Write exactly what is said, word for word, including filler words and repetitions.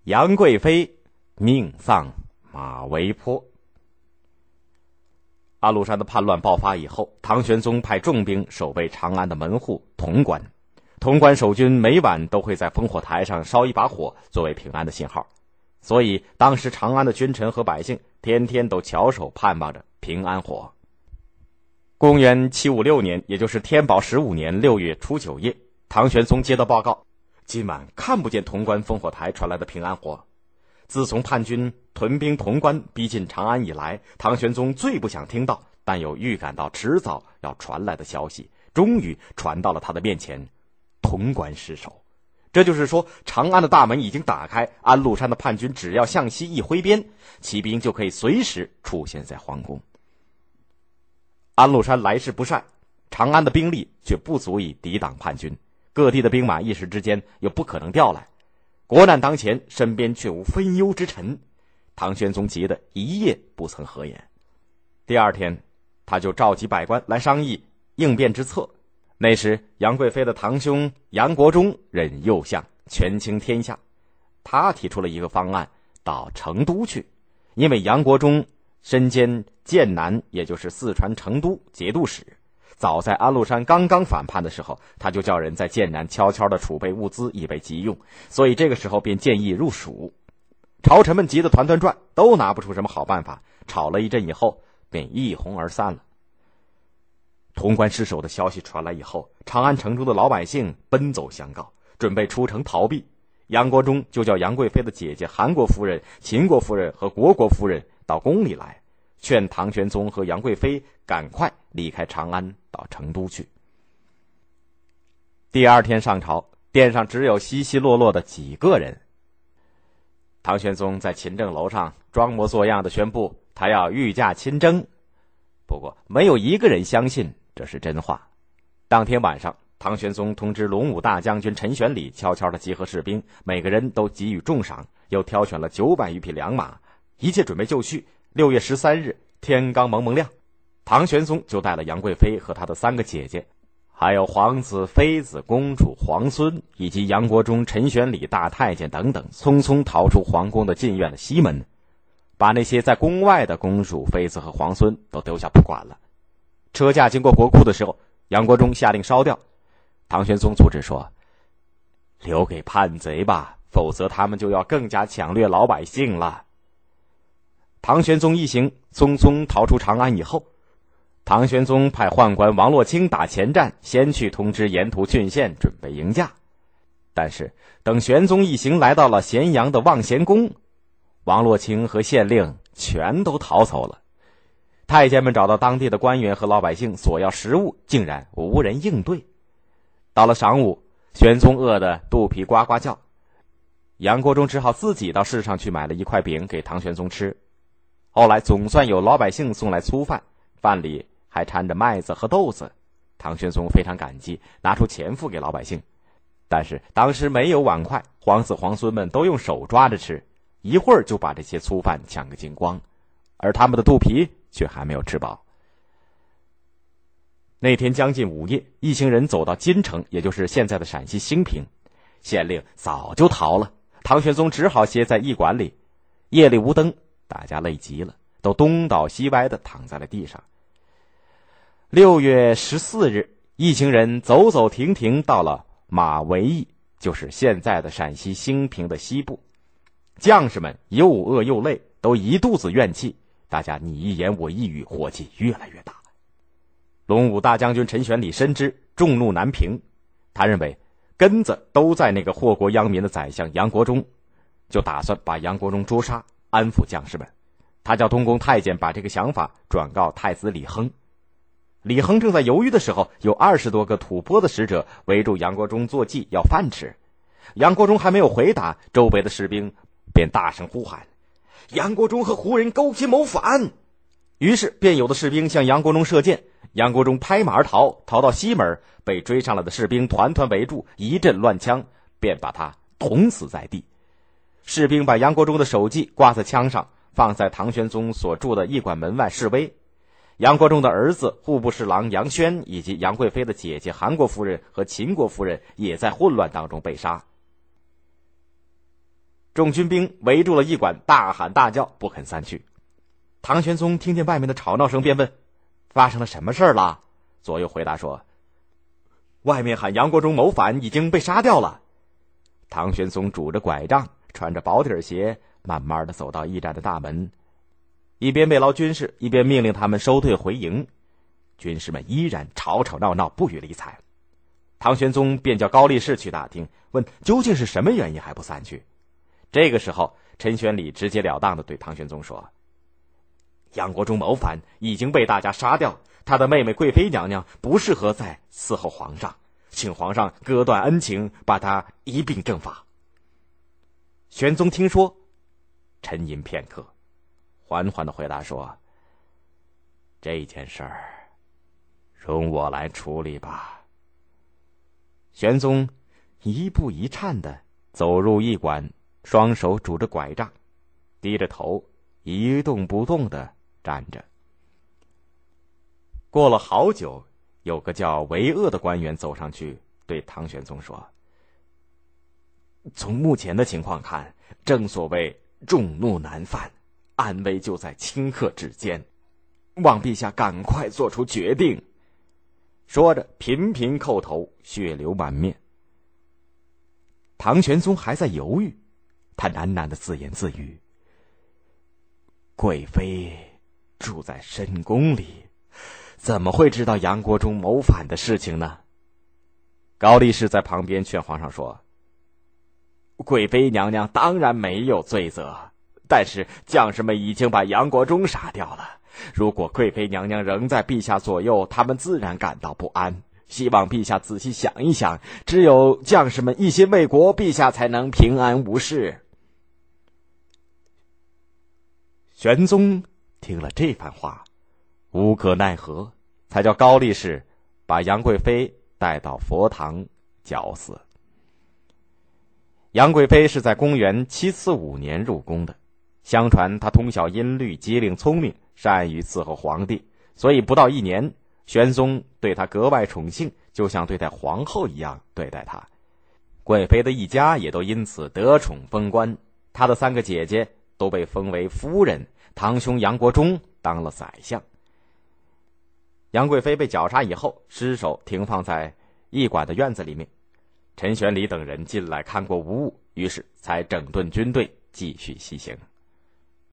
杨贵妃命丧马嵬坡。安禄山的叛乱爆发以后，唐玄宗派重兵守卫长安的门户潼关。潼关守军每晚都会在烽火台上烧一把火，作为平安的信号。所以当时长安的君臣和百姓天天都翘首盼望着平安火。公元七五六年，也就是天宝十五年六月初九夜，唐玄宗接到报告，今晚看不见潼关烽火台传来的平安火。自从叛军屯兵潼关逼近长安以来，唐玄宗最不想听到但又预感到迟早要传来的消息，终于传到了他的面前，潼关失守。这就是说，长安的大门已经打开，安禄山的叛军只要向西一挥鞭，骑兵就可以随时出现在皇宫。安禄山来势不善，长安的兵力却不足以抵挡叛军，各地的兵马一时之间又不可能调来，国难当前，身边却无分忧之臣，唐玄宗急得一夜不曾合眼。第二天，他就召集百官来商议应变之策。那时杨贵妃的堂兄杨国忠任右相，权倾天下，他提出了一个方案，到成都去。因为杨国忠身兼剑南，也就是四川成都节度使，早在安禄山刚刚反叛的时候，他就叫人在剑南悄悄地储备物资以备急用，所以这个时候便建议入蜀。朝臣们急得团团转，都拿不出什么好办法，吵了一阵以后便一哄而散了。潼关失守的消息传来以后，长安城中的老百姓奔走相告，准备出城逃避。杨国忠就叫杨贵妃的姐姐韩国夫人、秦国夫人和虢国夫人到宫里来，劝唐玄宗和杨贵妃赶快离开长安到成都去。第二天上朝，殿上只有稀稀落落的几个人。唐玄宗在勤政楼上装模作样的宣布他要御驾亲征，不过没有一个人相信这是真话。当天晚上，唐玄宗通知龙武大将军陈玄礼悄悄地集合士兵，每个人都给予重赏，又挑选了九百余匹良马，一切准备就绪。六月十三日，天刚蒙蒙亮，唐玄宗就带了杨贵妃和他的三个姐姐，还有皇子、妃子、公主、皇孙，以及杨国忠、陈玄礼大太监等等，匆匆逃出皇宫的禁院的西门，把那些在宫外的公主、妃子和皇孙都丢下不管了。车驾经过国库的时候，杨国忠下令烧掉。唐玄宗阻止说，留给叛贼吧，否则他们就要更加抢掠老百姓了。唐玄宗一行匆匆逃出长安以后，唐玄宗派宦官王洛卿打前站，先去通知沿途郡县准备迎驾。但是等玄宗一行来到了咸阳的望贤宫，王洛卿和县令全都逃走了。太监们找到当地的官员和老百姓索要食物，竟然无人应对。到了晌午，玄宗饿得肚皮呱呱叫，杨国忠只好自己到市上去买了一块饼给唐玄宗吃。后来总算有老百姓送来粗饭，饭里还掺着麦子和豆子，唐玄宗非常感激，拿出钱付给老百姓。但是当时没有碗筷，皇子皇孙们都用手抓着吃，一会儿就把这些粗饭抢个精光，而他们的肚皮却还没有吃饱。那天将近午夜，一行人走到金城，也就是现在的陕西兴平，县令早就逃了，唐玄宗只好歇在驿馆里。夜里无灯，大家累极了，都东倒西歪地躺在了地上。六月十四日，一行人走走停停到了马嵬驿，就是现在的陕西兴平的西部。将士们又饿又累，都一肚子怨气，大家你一言我一语，火气越来越大。龙武大将军陈玄礼深知众怒难平，他认为根子都在那个祸国殃民的宰相杨国忠，就打算把杨国忠捉杀，安抚将士们。他叫东宫太监把这个想法转告太子李亨。李亨正在犹豫的时候，有二十多个吐蕃的使者围住杨国忠做计要饭吃。杨国忠还没有回答，周围的士兵便大声呼喊，杨国忠和胡人勾结谋反。于是便有的士兵向杨国忠射箭，杨国忠拍马而逃，逃到西门，被追上来的士兵团团围住，一阵乱枪，便把他捅死在地。士兵把杨国忠的手记挂在枪上，放在唐玄宗所住的驿馆门外示威。杨国忠的儿子户部侍郎杨轩以及杨贵妃的姐姐韩国夫人和秦国夫人也在混乱当中被杀。 众军兵围住了驿馆，大喊大叫，不肯散去。唐玄宗听见外面的吵闹声，便问：发生了什么事了？左右回答说：外面喊杨国忠谋反，已经被杀掉了。唐玄宗拄着拐杖，穿着薄底鞋，慢慢的走到驿站的大门，一边慰劳军士，一边命令他们收队回营。军士们依然吵吵闹闹，不予理睬。唐玄宗便叫高力士去打听，问究竟是什么原因还不散去。这个时候，陈玄礼直截了当地对唐玄宗说：杨国忠谋反，已经被大家杀掉，他的妹妹贵妃娘娘不适合再伺候皇上，请皇上割断恩情，把他一并正法。玄宗听说，沉吟片刻，缓缓地回答说：这件事儿容我来处理吧。玄宗一步一颤地走入驿馆，双手拄着拐杖，低着头一动不动地站着。过了好久，有个叫韦鄂的官员走上去对唐玄宗说：从目前的情况看，正所谓众怒难犯，安危就在顷刻之间，望陛下赶快做出决定。说着频频叩头，血流满面。唐玄宗还在犹豫，他喃喃地自言自语：贵妃住在深宫里，怎么会知道杨国忠谋反的事情呢？高力士在旁边劝皇上说：贵妃娘娘当然没有罪责，但是将士们已经把杨国忠杀掉了，如果贵妃娘娘仍在陛下左右，他们自然感到不安。希望陛下仔细想一想，只有将士们一心为国，陛下才能平安无事。玄宗听了这番话，无可奈何，才叫高力士把杨贵妃带到佛堂绞死。杨贵妃是在公元七四五年入宫的，相传她通晓音律，机灵聪明，善于伺候皇帝，所以不到一年，玄宗对她格外宠幸，就像对待皇后一样对待她。贵妃的一家也都因此得宠封官，她的三个姐姐都被封为夫人，堂兄杨国忠当了宰相。杨贵妃被绞杀以后，尸首停放在驿馆的院子里面。陈玄礼等人进来看过无误，于是才整顿军队，继续西行。